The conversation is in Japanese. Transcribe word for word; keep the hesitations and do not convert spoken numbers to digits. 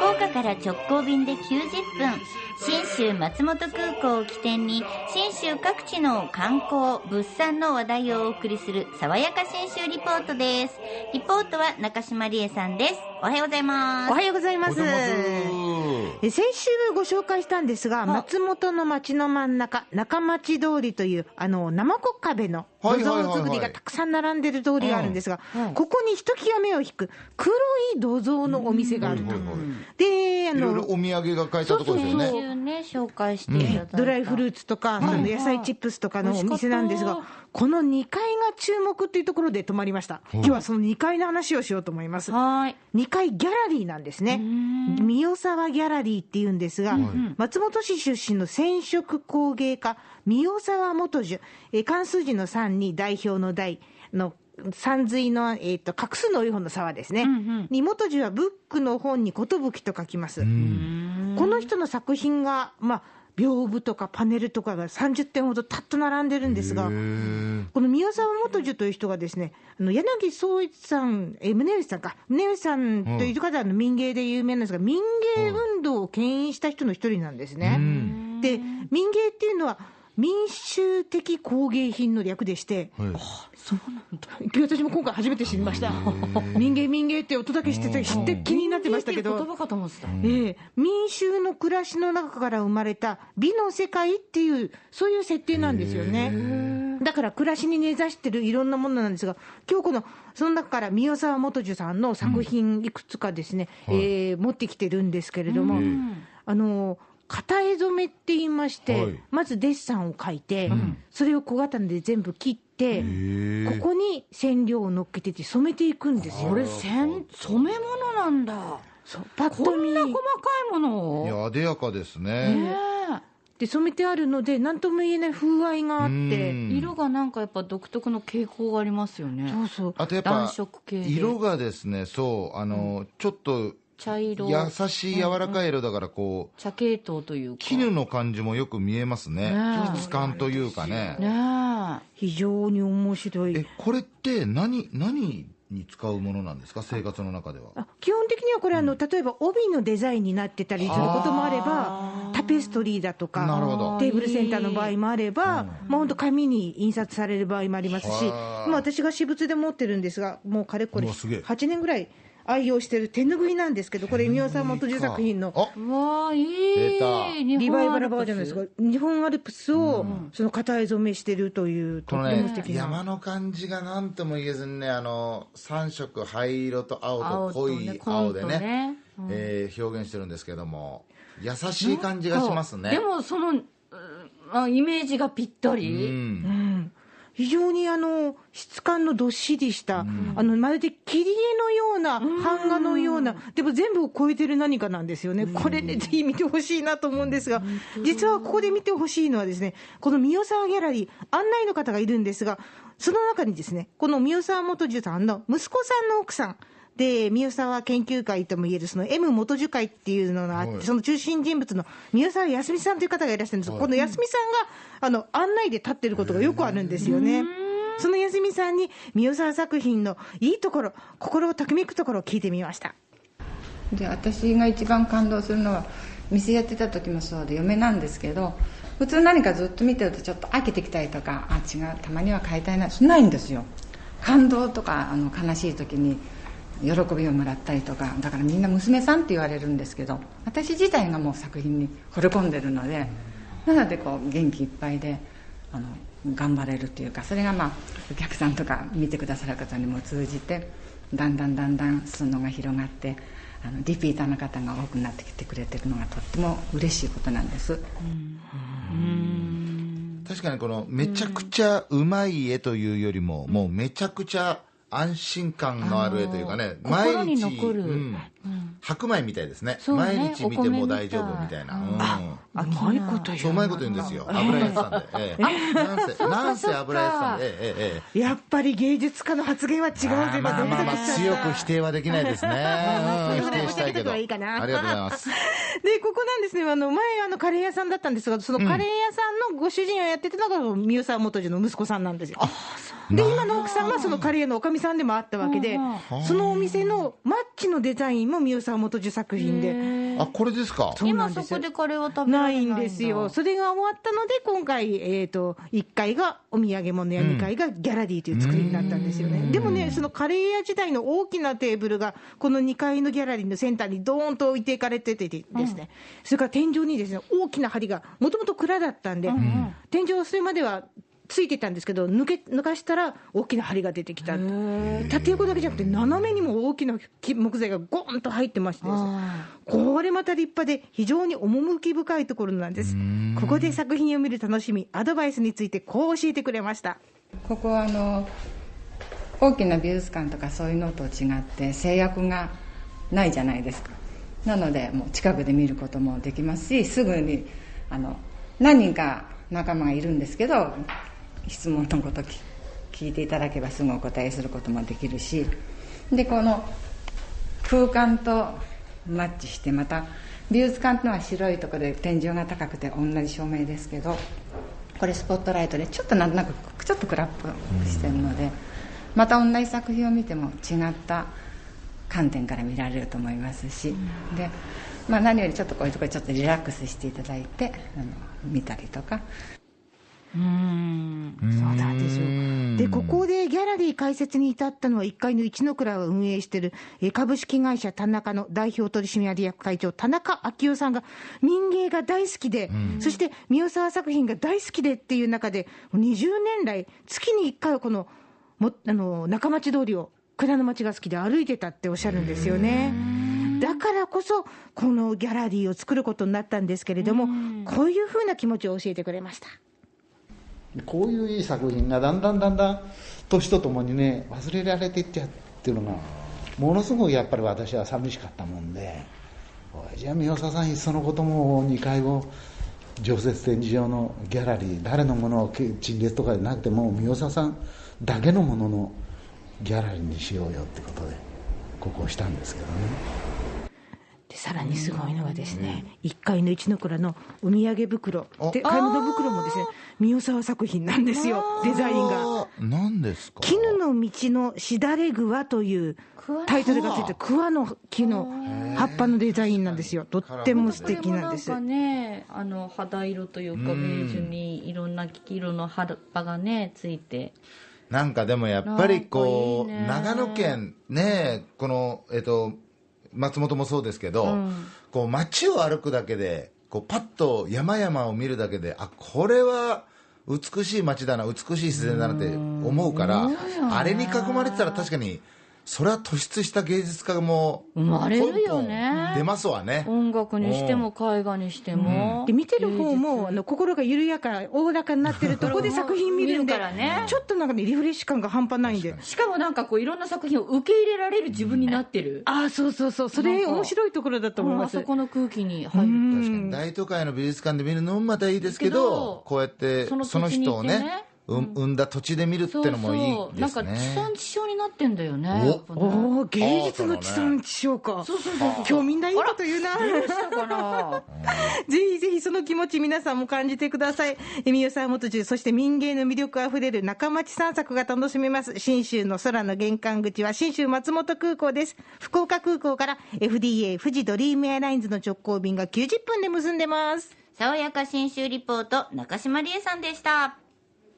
福岡から直行便できゅうじゅっぷん、信州松本空港を起点に信州各地の観光物産の話題をお送りする爽やか信州リポートです。リポートは中島理恵さんです。おはようございます。 おはようございます。え先週ご紹介したんですが、松本の町の真ん中、中町通りというあの生子壁の土蔵作りがたくさん並んでる通りがあるんですが、ここにひときわ目を引く黒い土蔵のお店があると。 で、あのいろいろお土産が買えたところですよね。 そうそうね、紹介していただいた、 うん、ドライフルーツとか、その野菜チップスとかのお店なんですが、このにかいが注目というところで泊まりました。今日はそのにかいの話をしようと思います。 はい。 にかいギャラリーなんですね。三沢ギャラリーっていうんですが、松本市出身の染色工芸家三沢元樹、え漢数字のさんに代表の代の山水の、えー、と画数の多い方の沢ですね、うんうん、に元樹はブックの本に寿と書きます。この人の作品が、まあ、屏風とかパネルとかがさんじゅってんほどたっと並んでるんですが、この三沢元樹という人がですね、あの柳宗一さん、え宗吉さんか宗吉さんという方は民芸で有名なんですが、民芸運動を牽引した人の一人なんですね。で、民芸っていうのは民衆的工芸品の略でして、はい、あそうなんだ。私も今回初めて知りました。民芸民芸って音だけ知ってて、知って気になってましたけど、 言葉かと思ってた、 えー、民衆の暮らしの中から生まれた美の世界っていう、そういう設定なんですよね。だから暮らしに根ざしてるいろんなものなんですが、今日このその中から三沢元樹さんの作品いくつかですね、うん、えー、持ってきてるんですけれども、あの型絵染めって言いまして、はい、まずデッサンを描いて、うん、それを小刀で全部切って、ここに染料を乗っけてて染めていくんですよ。 これ染め物なんだ。 そう、パッと見こんな細かいものを、 いや艶やかですね。ねで染めてあるので何とも言えない風合いがあって、 色がなんかやっぱ独特の傾向がありますよね。 そうそう。 あとやっぱ色がですね、そうあの、うん、ちょっと茶色、 優しい柔らかい色だからこう、うんうん、 茶系統というか絹の感じもよく見えますね。質感というかね。 ね、非常に面白い。 え、これって何何に使うものなんですか、生活の中では。 あ、基本的にはこれあの、うん、例えば帯のデザインになってたりすることもあれば、タペストリーだとか、テーブルセンターの場合もあれば、まあ本当紙に印刷される場合もありますし、今私が私物で持ってるんですが、もうかれこれはちねんぐらい愛用してる手ぬぐいなんですけど、これ三沢元樹作品のわいいリバイバルバージョンですが、日本アルプスをその型絵染めしてるという、とっても素敵な、 山の感じが何とも言えずにね、あのさん色、灰色と青と濃い青でね、えー、表現してるんですけども、優しい感じがしますね。 でもそのイメージがぴったり、うん、 うん非常にあの質感のどっしりした、うん、あのまるで切り絵のような、版画のような、でも全部を超えてる何かなんですよね。これね、ぜひ見てほしいなと思うんですが、実はここで見てほしいのはですね、この三沢ギャラリー、案内の方がいるんですが、その中にですね、この三沢元樹さんの息子さんの奥さんで、三沢研究会ともいえるその M 元樹会っていうのがあって、はい、その中心人物の三沢康美さんという方がいらっしゃるんですが、はい、この康美さんがあの案内で立ってることがよくあるんですよね。その康美さんに三沢作品のいいところ、心をときめくところを聞いてみました。 で、私が一番感動するのは、店やってた時もそうで嫁なんですけど、普通何かずっと見てるとちょっと飽きてきたりとか、あ、違う、たまには買いたいな、しないんですよ。感動とかあの悲しい時に喜びをもらったりとか、だからみんな娘さんって言われるんですけど、私自体がもう作品に惚れ込んでるので、なのでこう元気いっぱいであの頑張れるっていうか、それがまあお客さんとか見てくださる方にも通じて、だんだんだんだん裾野が広がって、あのリピーターの方が多くなってきてくれてるのがとっても嬉しいことなんです。うんうん、確かにこのめちゃくちゃうまい絵というよりも、もうめちゃくちゃ安心感のある絵というかね、 毎日心に残る、うんうん、白米みたいです ね, ね毎日見ても大丈夫みたいな、うん、 ああうまいこと言うそううまいこと言うんですよ、油やってたんで、ええ、なんせなんせ油やってたんで、ええええ、 やっぱり芸術家の発言は違うというか、まあまあまあ、まあ、強く否定はできないですね、うん、否定したいけど、 いいかな、 ありがとうございます。 でここなんですね、あの前あのカレー屋さんだったんですが、そのカレー屋さんのご主人をやってたのが三沢元樹の息子さんなんですよ。 うん、あそうで今の奥さんはそのカレー屋のおかみさんでもあったわけで、そのお店のマッチのデザインも三代沢元寿作品で。 あ、これですか。 そうなんですよ。 今そこでカレーは食べられないんだ。 ないんですよ。それが終わったので今回、えー、といっかいがお土産物屋、にかいがギャラリーという作りになったんですよね。でもね、そのカレー屋時代の大きなテーブルがこのにかいのギャラリーのセンターにドーンと置いていかれててですね、うん、それから天井にですね大きな梁がもともと蔵だったんで、うんうん、天井はそれまではついてたんですけど、抜け抜かしたら大きな梁が出てきた。縦横だけじゃなくて斜めにも大きな木材がゴーンと入ってましてですね、これまた立派で非常に趣深いところなんです。ここで作品を見る楽しみ、アドバイスについてこう教えてくれました。 ここはあの大きな美術館とかそういうのと違って制約がないじゃないですか。なのでもう近くで見ることもできますし、すぐにあの何人か仲間がいるんですけど、質問のこと聞いていただけばすぐお答えすることもできるし、でこの空間とマッチして、また美術館というのは白いところで天井が高くて同じ照明ですけど、これスポットライトでちょっとなんとなくちょっとクラップしてるので、また同じ作品を見ても違った観点から見られると思いますし、で、まあ、何よりちょっとこういうところでちょっとリラックスしていただいてあの見たりとか。 うーん、そうなんですよ。でここでギャラリー開設に至ったのは、いっかいの一の蔵を運営している株式会社田中の代表取締役会長田中昭夫さんが民芸が大好きで、うん、そして三代沢作品が大好きでっていう中でにじゅうねん来月にいっかいはこのもあの中町通りを蔵の町が好きで歩いてたっておっしゃるんですよね。だからこそこのギャラリーを作ることになったんですけれども、こういうふうな気持ちを教えてくれました。 こういういい作品がだんだんだんだん年とともにね忘れられていっちゃうっていうのがものすごくやっぱり私は寂しかったもんで、じゃあ三代沢さんいっそのこともにかいを常設展示場のギャラリー、誰のものを陳列とかでなくても三代沢さんだけのもののギャラリーにしようよってことでここをしたんですけどね。 でさらにすごいのがですね、うん、いっかいの一の蔵のお土産袋で買い物袋もですね三代沢作品なんですよ。デザインが何ですか。 絹の道のしだれ桑というタイトルがついて、桑の木の葉っぱのデザインなんですよ。とっても素敵なんです。 これもなんかね、あの肌色というかベージュにいろんな黄色の葉っぱがねついて、 なんかでもやっぱりこういい、ね、長野県ね、このえっと松本もそうですけど、うん、こう街を歩くだけでこうパッと山々を見るだけで、あ、これは美しい街だな、美しい自然だなって思うから、あれに囲まれてたら確かにそれは突出した芸術家も生まれるよね。 出ますわね。 音楽にしても絵画にしても、 うん、で見てる方もあの心が緩やかおおらかになってるとこで作品見るんでから、ね、ちょっとなんかねリフレッシュ感が半端ないんで、 しかもなんかこういろんな作品を受け入れられる自分になってる、 うん、ああそうそうそう、それ面白いところだと思います。 あそこの空気に入る。 確かに大都会の美術館で見るのもまたいいですけど、こうやってその人をねうん、生んだ土地で見るってのもいいですね。そうそう、 なんか地産地消になってんだよね。 おお、芸術の地産地消か。そうそうそうそう、今日みんないいこと言うな。どうしたかなぜひぜひその気持ち皆さんも感じてください。三代沢元寿、そして民芸の魅力あふれる中町散策が楽しめます。信州の空の玄関口は信州松本空港です。福岡空港から エフディーエー 富士ドリームエアラインズの直行便がきゅうじゅっぷんで結んでます。 爽やか信州リポート、中島理恵さんでした。